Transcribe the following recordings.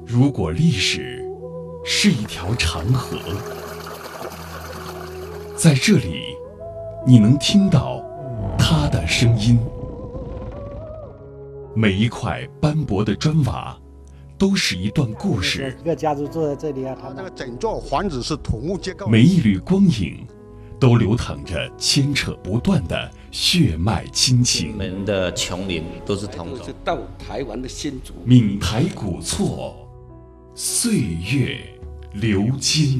如果历史是一条长河，在这里你能听到它的声音。每一块斑驳的砖瓦都是一段故事， 一个家族坐在这里啊， 那个整座房子是土木结构， 每一缕光影都流淌着牵扯不断的血脉亲情。 我们的琼林都是同种， 到台湾的新竹， 闽台古厝，岁月流金。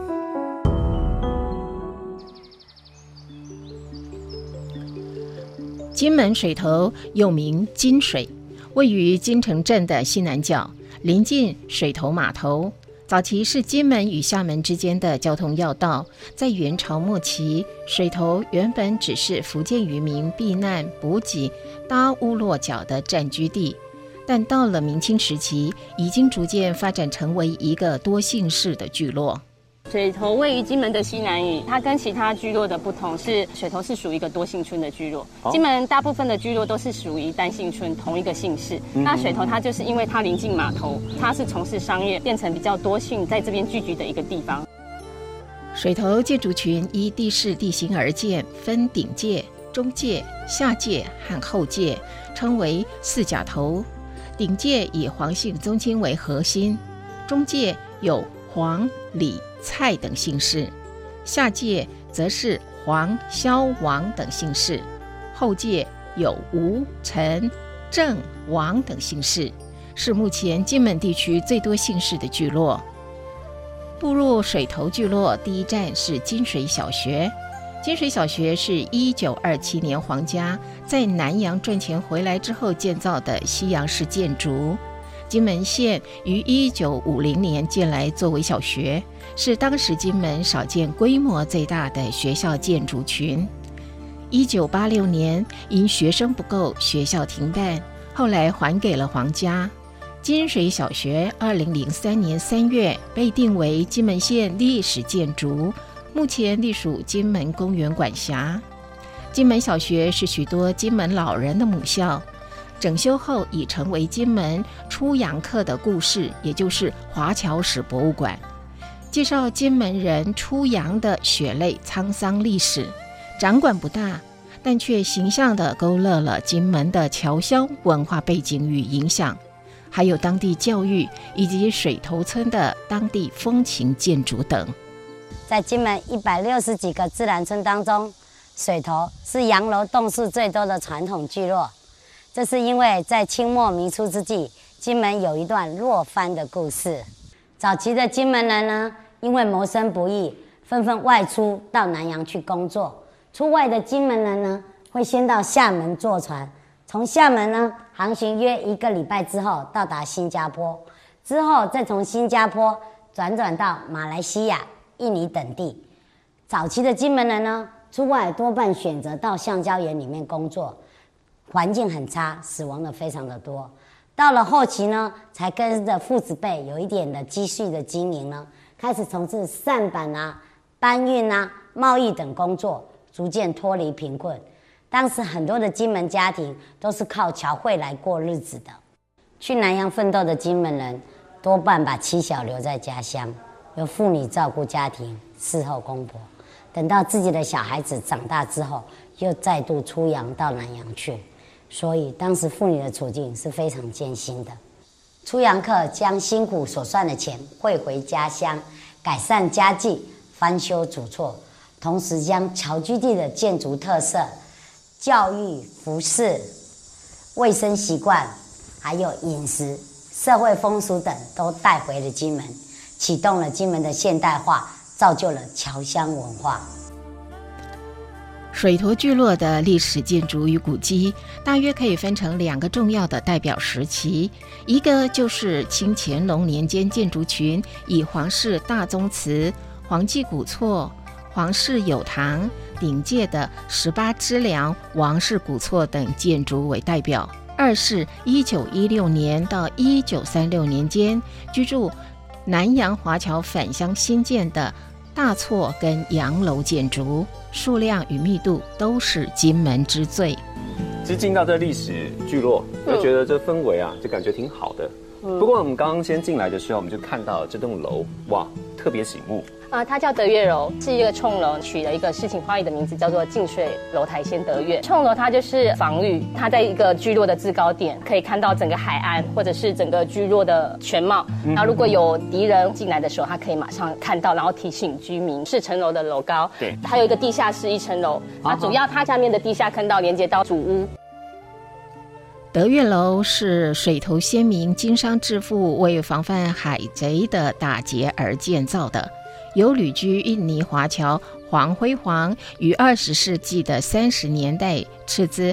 金门水头又名金水，位于金城镇的西南角，临近水头码头。早期是金门与厦门之间的交通要道。在元朝末期，水头原本只是福建渔民避难补给、搭屋落脚的暂居地，但到了明清时期，已经逐渐发展成为一个多姓氏的聚落。 水头位于金门的西南隅，它跟其他聚落的不同是，水头是属于一个多姓村的聚落。金门大部分的聚落都是属于单姓村，同一个姓氏。那水头它就是因为它临近码头，它是从事商业，变成比较多姓在这边聚居的一个地方。 水头建筑群依地势地形而建，分顶界、中界、下界和后界，称为四甲头。顶界以黄姓宗亲为核心，中界有黄、李、蔡等姓氏，下界则是黄、萧、王等姓氏，后界有吴、陈、郑、王等姓氏，是目前金门地区最多姓氏的聚落。步入水头聚落，第一站是金水小学。金水小学是1927年皇家在南洋赚钱回来之后建造的西洋式建筑。金门县于1950年建来作为小学，是当时金门少见规模最大的学校建筑群。1986年因学生不够，学校停办，后来还给了皇家。金水小学2003年3月被定为金门县历史建筑，目前隶属金门公园管辖。金门小学是许多金门老人的母校，整修后已成为金门出洋客的故事，也就是华侨史博物馆，介绍金门人出洋的血泪沧桑历史。展馆不大，但却形象地勾勒了金门的侨乡文化背景与影响，还有当地教育以及水头村的当地风情建筑等。 在金门160几个自然村当中，水头是洋楼栋数最多的传统聚落。这是因为在清末民初之际，金门有一段落藩的故事。早期的金门人呢，因为谋生不易，纷纷外出到南洋去工作。出外的金门人呢，会先到厦门坐船，从厦门呢航行约1个礼拜之后到达新加坡，之后再从新加坡转到马来西亚、印尼等地。早期的金门人呢，出外多半选择到橡胶园里面工作，环境很差，死亡的非常的多。到了后期呢，才跟着父子辈有一点的积蓄的经营呢，开始从事舢板啊、搬运啊、贸易等工作，逐渐脱离贫困。当时很多的金门家庭都是靠侨汇来过日子的。去南洋奋斗的金门人，多半把妻小留在家乡，由妇女照顾家庭，伺候公婆。等到自己的小孩子长大之后，又再度出洋到南洋去。所以当时妇女的处境是非常艰辛的。出洋客将辛苦所赚的钱汇回家乡，改善家计，翻修主厝，同时将侨居地的建筑特色、教育、服饰、卫生习惯，还有饮食、社会风俗等都带回了金门，启动了金门的现代化，造就了侨乡文化。 水头聚落的历史建筑与古迹大约可以分成2个重要的代表时期，一个就是清乾隆年间建筑群，以皇室大宗祠、皇记古厝、皇室有堂、顶界的18支梁、王氏古厝等建筑为代表；二是1916年到1936年间居住南洋华侨返乡新建的大厝跟洋楼建筑，数量与密度都是金门之最。 其实进到这历史聚落，就觉得这氛围啊，就感觉挺好的。 不过我们刚刚先进来的时候，我们就看到这栋楼，哇，特别醒目。 它叫德月楼，是一个冲楼，取了一个诗情画意的名字，叫做近水楼台先得月。冲楼它就是防御，它在一个聚落的制高点，可以看到整个海岸或者是整个聚落的全貌。然后如果有敌人进来的时候，它可以马上看到，然后提醒居民。4层楼的楼高，对，还有一个地下室1层楼，那主要它下面的地下坑道连接到主屋。 德月楼是水头先民经商致富，为防范海贼的打劫而建造的，由旅居印尼华侨黄辉煌于20世纪的30年代斥资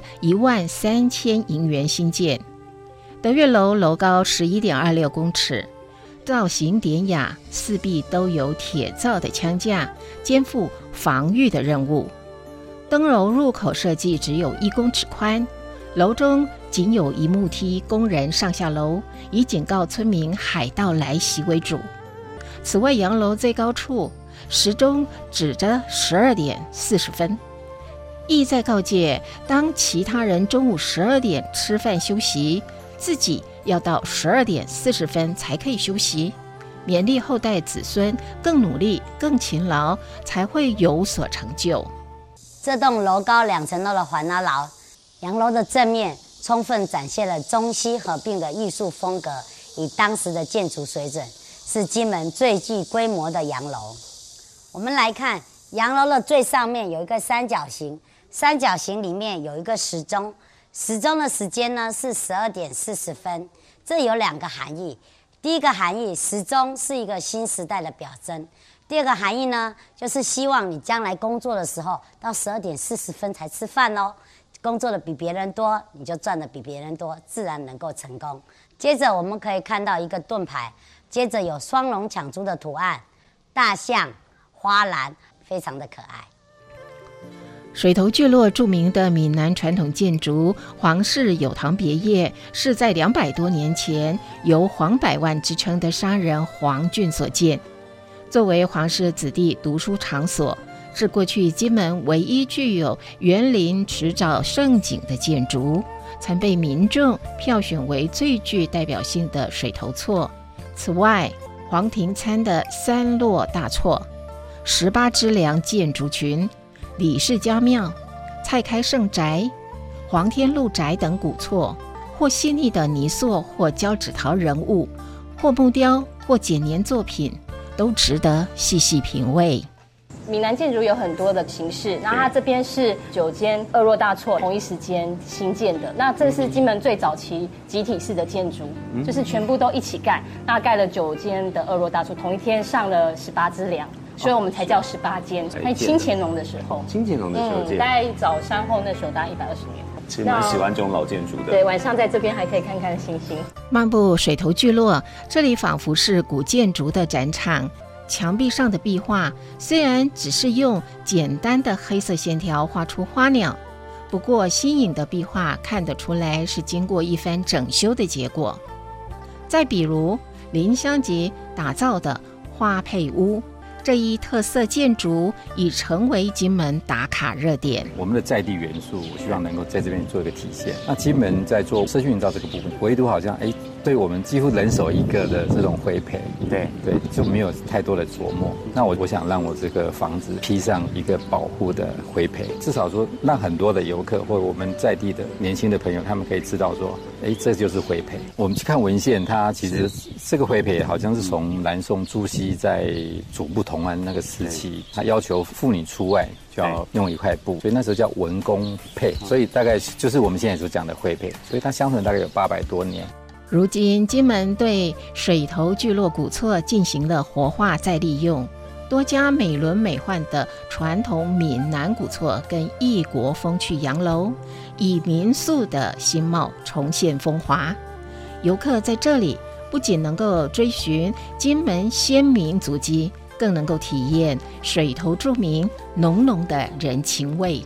13000银元兴建。德月楼楼高11.26公尺，造型典雅，四壁都有铁造的枪架，肩负防御的任务。登楼入口设计只有1公尺宽，楼中仅有一木梯供人上下楼，以警告村民海盗来袭为主。此外，洋楼最高处时钟指着12点40分，意在告诫，当其他人中午12点吃饭休息，自己要到12点40分才可以休息，勉励后代子孙更努力、更勤劳，才会有所成就。 这栋楼高2层楼的环拉牢，洋楼的正面充分展现了中西合并的艺术风格，以当时的建筑水准，是金门最具规模的洋楼。我们来看洋楼的最上面有一个三角形，三角形里面有一个时钟，时钟的时间呢是12点40分。这有2个含义，第一个含义，时钟是一个新时代的表征。第二个含义呢，就是希望你将来工作的时候到12点40分才吃饭哦，工作的比别人多，你就赚的比别人多，自然能够成功。接着我们可以看到一个盾牌，接着有双龙抢珠的图案，大象、花篮，非常的可爱。 水头聚落著名的闽南传统建筑黄氏有堂别业，是在200多年前由黄百万之称的商人黄俊所建。作为黄氏子弟读书场所，是过去金门唯一具有园林池沼胜景的建筑，曾被民众票选为最具代表性的水头厝。此外，黄庭参的3落大厝、18支梁建筑群、李氏家庙、蔡开盛宅、黄天禄宅等古厝，或细腻的泥塑或胶纸陶人物，或木雕或剪黏作品，都值得细细品味。 闽南建筑有很多的形式，那它这边是9间2落大厝同一时间新建的。那这是金门最早期集体式的建筑，就是全部都一起盖。那盖了9间的2落大厝，同一天上了18支梁，所以我们才叫18间。还有清乾隆的时候， 清乾隆的时候建， 大概早山后那时候大概120年。 其实蛮喜欢这种老建筑的。 对，晚上在这边还可以看看星星。 漫步水头聚落，这里仿佛是古建筑的展场。墙壁上的壁画虽然只是用简单的黑色线条画出花鸟，不过新颖的壁画看得出来是经过一番整修的结果。再比如林香吉打造的花配屋，这一特色建筑已成为金门打卡热点。 我们的在地元素，我希望能够在这边做一个体现。那金门在做社区营造这个部分，唯独好像对我们几乎人手一个的这种徽培，对，就没有太多的琢磨。那我想让我这个房子披上一个保护的徽培，至少说让很多的游客或我们在地的年轻的朋友，他们可以知道说，这就是徽培。我们去看文献，它其实这个徽培好像是从南宋朱熹在主簿同安那个时期，他要求妇女出外就要用一块布，所以那时候叫文公配，所以大概就是我们现在所讲的徽培，所以它相传大概有800多年。 如今金门对水头聚落古厝进行了活化再利用，多家美轮美奂的传统闽南古厝跟异国风趣洋楼，以民宿的新貌重现风华。游客在这里不仅能够追寻金门先民足迹，更能够体验水头住民浓浓的人情味。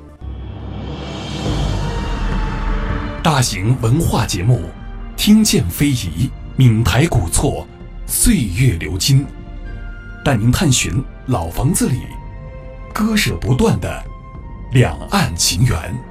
大型文化节目，听见非遗，闽台古厝，岁月流金，带您探寻老房子里割舍不断的两岸情缘。